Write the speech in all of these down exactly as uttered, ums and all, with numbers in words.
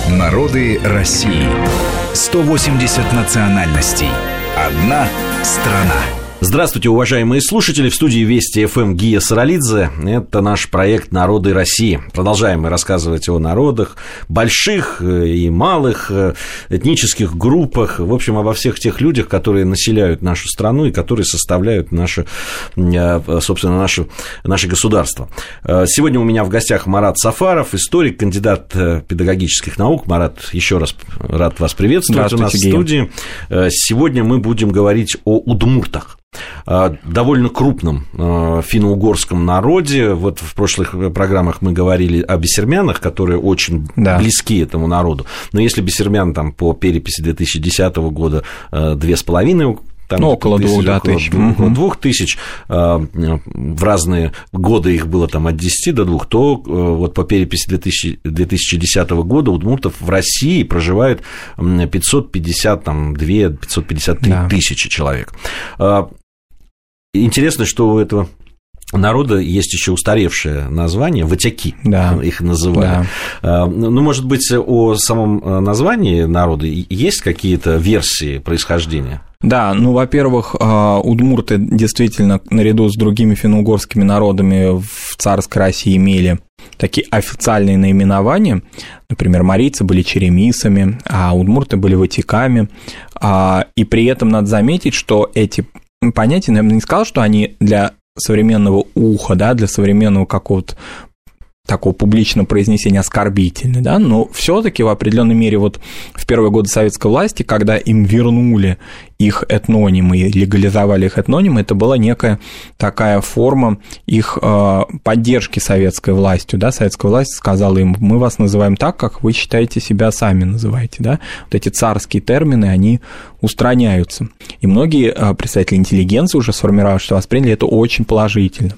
Народы России. сто восемьдесят национальностей. Одна страна. Здравствуйте, уважаемые слушатели. В студии Вести эф эм Гия Саралидзе. Это наш проект «Народы России». Продолжаем мы рассказывать о народах, больших и малых, этнических группах, в общем, обо всех тех людях, которые населяют нашу страну и которые составляют наше, собственно, наше, наше государство. Сегодня у меня в гостях Марат Сафаров, историк, кандидат педагогических наук. Марат, еще раз рад вас приветствовать у нас в студии. Сегодня мы будем говорить о удмуртах, довольно крупном финно-угорском народе. Вот в прошлых программах мы говорили о бесермянах, которые очень да. близки этому народу. Но если бесермян там, по переписи две тысячи десятого года две с половиной, там, ну, около двух да, тысяч, около двух тысяч, в разные годы их было там от десяти до двух, то вот по переписи две тысячи десятого года удмуртов в России проживает пятьсот пятьдесят две - пятьсот пятьдесят три да. тысячи человек. Интересно, что у этого народа есть еще устаревшее название, ватяки, да. их называли. Да. Ну, может быть, о самом названии народа есть какие-то версии происхождения? Да, ну, во-первых, удмурты действительно наряду с другими финно-угорскими народами в царской России имели такие официальные наименования. Например, марийцы были черемисами, а удмурты были ватяками. И при этом надо заметить, что эти понятия, наверное, не сказал, что они для современного уха, да, для современного какого-то такого публичного произнесения оскорбительны, да, но все-таки в определенной мере вот в первые годы советской власти, когда им вернули их этнонимы и легализовали их этнонимы, это была некая такая форма их поддержки советской властью, да, советская власть сказала им: мы вас называем так, как вы считаете себя сами называете, да, вот эти царские термины, они устраняются, и многие представители интеллигенции, уже сформировавшиеся, восприняли это очень положительно.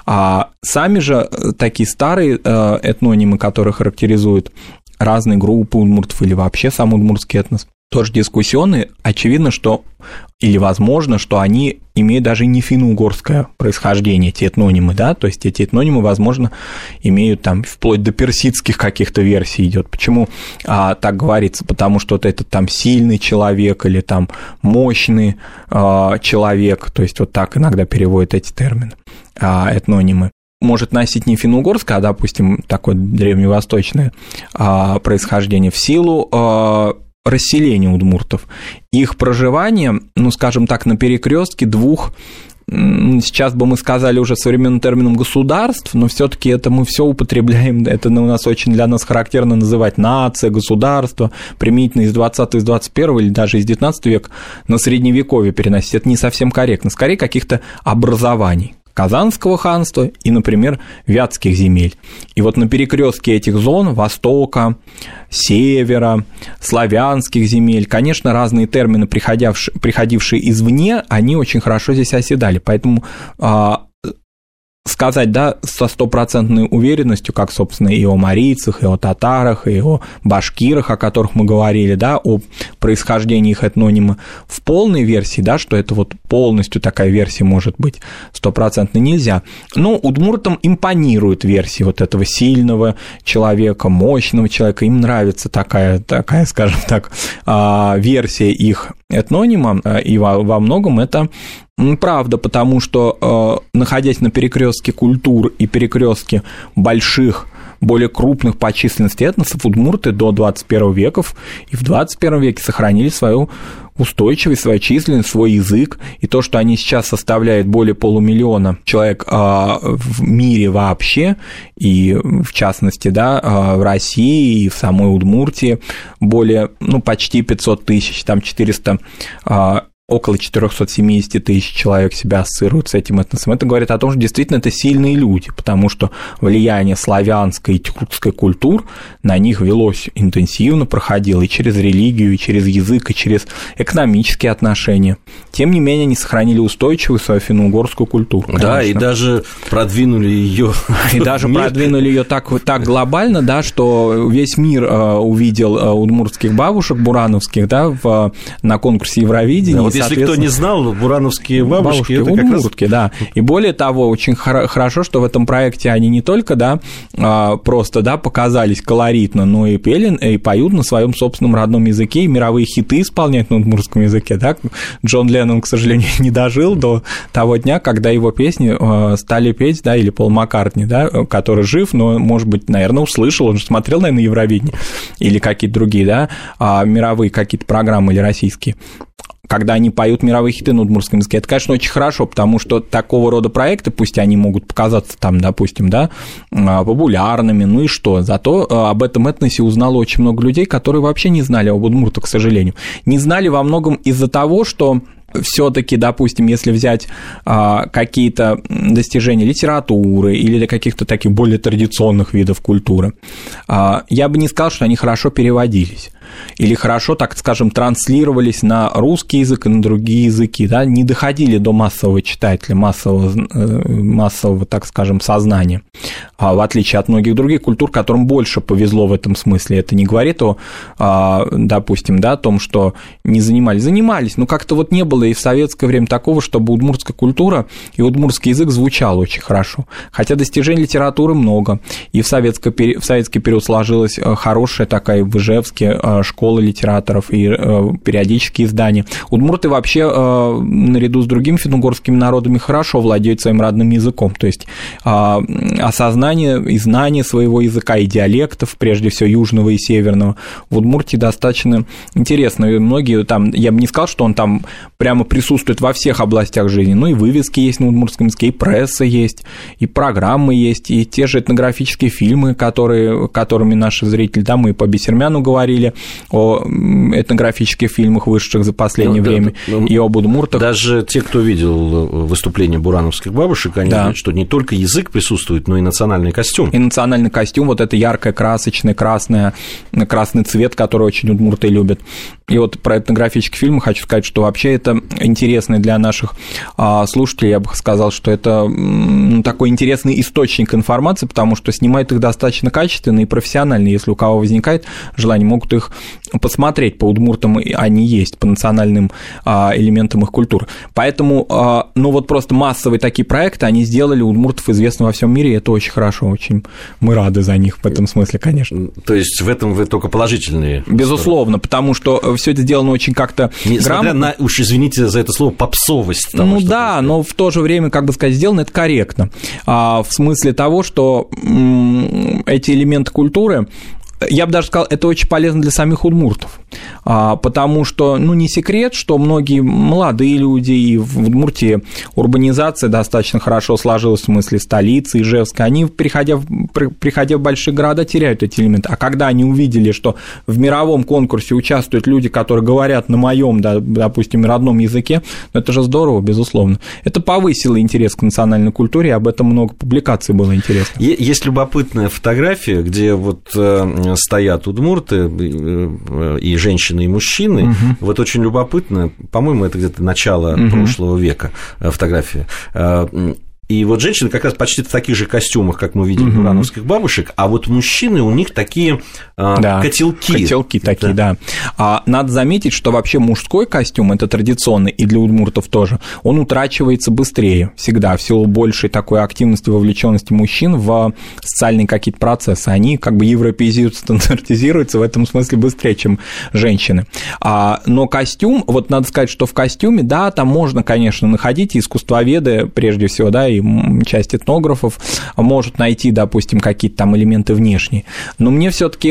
А сами же такие старые этнонимы, которые характеризуют разные группы удмуртов или вообще сам удмуртский этнос, тоже дискуссионные. Очевидно, что, или возможно, что они имеют даже не финно-угорское происхождение, эти этнонимы, да, то есть эти этнонимы, возможно, имеют там вплоть до персидских каких-то версий идет. Почему а, так говорится? Потому что вот этот там сильный человек или там мощный а, человек, то есть вот так иногда переводят эти термины, а, этнонимы, может носить не финно-угорское, а, допустим, такое древневосточное а, происхождение в силу а, расселения удмуртов. Их проживание, ну, скажем так, на перекрестке двух, сейчас бы мы сказали уже современным термином государств, но все-таки это мы все употребляем, это у нас очень для нас характерно называть нация, государство, применительно из двадцатого, из двадцать первого или даже из девятнадцатого века на средневековье переносить. Это не совсем корректно, скорее каких-то образований Казанского ханства и, например, Вятских земель. И вот на перекрестке этих зон востока, севера, славянских земель, конечно, разные термины, приходившие, приходившие извне, они очень хорошо здесь оседали. Поэтому а, сказать, да, со стопроцентной уверенностью, как, собственно, и о марийцах, и о татарах, и о башкирах, о которых мы говорили, да, о происхождении их этнонима в полной версии, да, что это вот полностью такая версия может быть стопроцентно нельзя. Но удмуртам импонирует версия вот этого сильного человека, мощного человека, им нравится такая, такая, скажем так, версия их этнонима, и во, во многом это правда, потому что, находясь на перекрестке культур и перекрестке больших, более крупных по численности этносов, удмурты до двадцать первого века и в двадцать первом веке сохранили свою устойчивость, свою численность, свой язык, и то, что они сейчас составляют более полумиллиона человек в мире вообще, и в частности, да, в России и в самой Удмуртии более, ну, почти пятьсот тысяч, там четыреста около четыреста семьдесят тысяч человек себя ассоциируют с этим этносом. Это говорит о том, что действительно это сильные люди, потому что влияние славянской и тюркской культур на них велось интенсивно, проходило и через религию, и через язык, и через экономические отношения. Тем не менее, они сохранили устойчивую свою финно-угорскую культуру. Конечно. Да, и даже продвинули ее. И даже продвинули ее так, так глобально, да, что весь мир увидел удмуртских бабушек бурановских, да, в, на конкурсе Евровидения. Да, если кто не знал, бурановские бабушки, бабушки это как удмуртки, раз... да. И более того, очень хор- хорошо, что в этом проекте они не только, да, просто, да, показались колоритно, но и пели, и поют на своем собственном родном языке, и мировые хиты исполняют на удмуртском языке, да. Джон Леннон, к сожалению, не дожил до того дня, когда его песни стали петь, да, или Пол Маккартни, да, который жив, но, может быть, наверное, услышал, он же смотрел, наверное, Евровидение или какие-то другие, да, мировые какие-то программы или российские. Когда они поют мировые хиты на удмуртском языке, это, конечно, очень хорошо, потому что такого рода проекты, пусть они могут показаться там, допустим, да, популярными, ну и что, зато об этом этносе узнало очень много людей, которые вообще не знали об удмуртах, к сожалению. Не знали во многом из-за того, что все-таки, допустим, если взять а, какие-то достижения литературы или каких-то таких более традиционных видов культуры, а, я бы не сказал, что они хорошо переводились или хорошо, так скажем, транслировались на русский язык и на другие языки, да, не доходили до массового читателя, массового, массового, так скажем, сознания, а, в отличие от многих других культур, которым больше повезло в этом смысле. Это не говорит о, а, допустим, да, о том, что не занимались. Занимались, но как-то вот не было и в советское время такого, чтобы удмуртская культура и удмуртский язык звучал очень хорошо. Хотя достижений литературы много, и в, советско, в советский период сложилась хорошая такая в Ижевске школа литераторов и периодические издания. Удмурты вообще наряду с другими финно-угорскими народами хорошо владеют своим родным языком, то есть осознание и знание своего языка и диалектов, прежде всего южного и северного, в Удмуртии достаточно интересно. И многие там, я бы не сказал, что он там прямо присутствует во всех областях жизни, но и вывески есть на удмуртском языке, и пресса есть, и программы есть, и те же этнографические фильмы, которые, которыми наши зрители, да, мы по Бессермяну говорили, о этнографических фильмах, вышедших за последнее ну, время, да, да, и об удмуртах. Даже те, кто видел выступление бурановских бабушек, они да. говорят, что не только язык присутствует, но и национальный костюм. И национальный костюм, вот это яркое, красочное, красное, красный цвет, который очень удмурты любят. И вот про этнографические фильмы хочу сказать, что вообще это интересно для наших а, слушателей, я бы сказал, что это ну, такой интересный источник информации, потому что снимают их достаточно качественно и профессионально. Если у кого возникает желание, могут их посмотреть. По удмуртам они есть, по национальным а, элементам их культуры. Поэтому, а, ну вот просто массовые такие проекты, они сделали удмуртов известны во всем мире, и это очень хорошо, очень мы рады за них в этом смысле, конечно. То есть в этом вы только положительные? Безусловно, потому что все это сделано очень как-то несмотря грамотно. На, уж извините за это слово, попсовость. Того, ну да, но в то же время, как бы сказать, сделано это корректно. А, в смысле того, что м- эти элементы культуры, я бы даже сказал, это очень полезно для самих удмуртов, потому что, ну, не секрет, что многие молодые люди, и в Удмуртии урбанизация достаточно хорошо сложилась, в смысле столицы, Ижевска, они, приходя в, приходя в большие города, теряют эти элементы. А когда они увидели, что в мировом конкурсе участвуют люди, которые говорят на моем, да, допустим, родном языке, ну, это же здорово, безусловно. Это повысило интерес к национальной культуре, и об этом много публикаций было интересно. Есть любопытная фотография, где вот стоят удмурты, и женщины, и мужчины. Угу. Вот очень любопытно, по-моему, это где-то начало угу. прошлого века фотография. И вот женщины как раз почти в таких же костюмах, как мы видим у бурановских бабушек, а вот мужчины, у них такие да, котелки. Котелки такие, да. да. А надо заметить, что вообще мужской костюм, это традиционный, и для удмуртов тоже, он утрачивается быстрее всегда, в силу большей такой активности, вовлеченности мужчин в социальные какие-то процессы. Они как бы европеизируются, стандартизируются в этом смысле быстрее, чем женщины. А, но костюм, вот надо сказать, что в костюме, да, там можно, конечно, находить искусствоведы, прежде всего, да, и часть этнографов может найти, допустим, какие-то там элементы внешние. Но мне все-таки,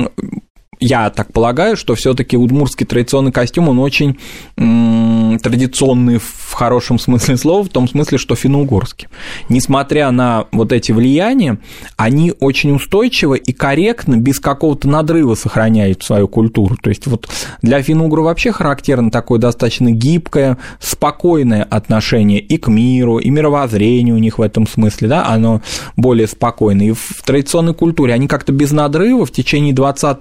я так полагаю, что все-таки удмуртский традиционный костюм, он очень традиционный в хорошем смысле слова, в том смысле, что финно-угорский. Несмотря на вот эти влияния, они очень устойчиво и корректно, без какого-то надрыва сохраняют свою культуру. То есть вот для финно-угров вообще характерно такое достаточно гибкое, спокойное отношение и к миру, и мировоззрение у них в этом смысле, да, оно более спокойное. И в традиционной культуре они как-то без надрыва в течение двадцатого сложного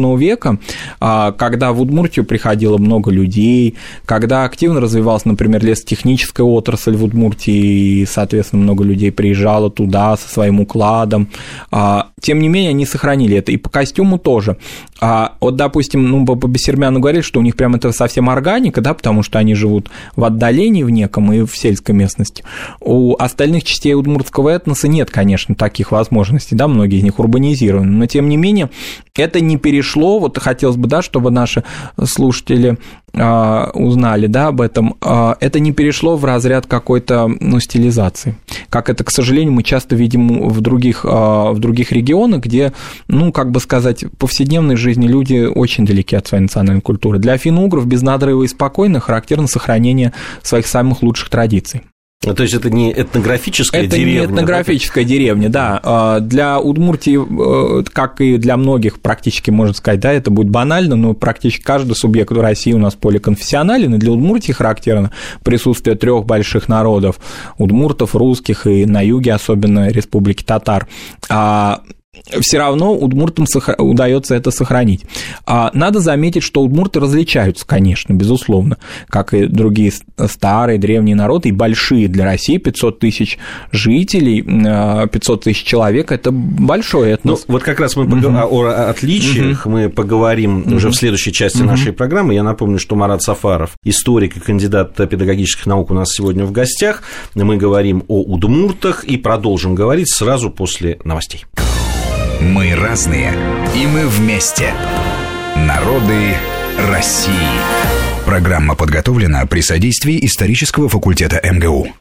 прошлого века, когда в Удмуртию приходило много людей, когда активно развивалась, например, лесотехническая отрасль в Удмуртии, и, соответственно, много людей приезжало туда со своим укладом. Тем не менее, они сохранили это. И по костюму тоже. Вот, допустим, ну, по Бессермяну говорили, что у них прям это совсем органика, да, потому что они живут в отдалении в неком и в сельской местности. У остальных частей удмуртского этноса нет, конечно, таких возможностей, да, многие из них урбанизированы, но, тем не менее, это не перешло, вот хотелось бы, да, чтобы наши слушатели э, узнали, да, об этом, э, это не перешло в разряд какой-то, ну, стилизации, как это, к сожалению, мы часто видим в других, э, в других регионах, где, ну, как бы сказать, в повседневной жизни люди очень далеки от своей национальной культуры. Для финно-угров без надрыва и спокойно характерно сохранение своих самых лучших традиций. То есть это не этнографическая это деревня? Это не этнографическая да? деревня, да. Для Удмуртии, как и для многих, практически, можно сказать, да, это будет банально, но практически каждый субъект в России у нас поликонфессионален, и для Удмуртии характерно присутствие трех больших народов – удмуртов, русских и на юге, особенно республики татар. Все равно удмуртам удается это сохранить. Надо заметить, что удмурты различаются, конечно, безусловно, как и другие старые древние народы, и большие для России, пятьсот тысяч жителей, пятьсот тысяч человек – это большой этнос. Ну, вот как раз мы поговорим uh-huh. о отличиях, uh-huh. мы поговорим uh-huh. уже в следующей части uh-huh. нашей программы. Я напомню, что Марат Сафаров, историк и кандидат педагогических наук, у нас сегодня в гостях. Мы говорим о удмуртах и продолжим говорить сразу после новостей. Мы разные, и мы вместе. Народы России. Программа подготовлена при содействии исторического факультета эм гэ у.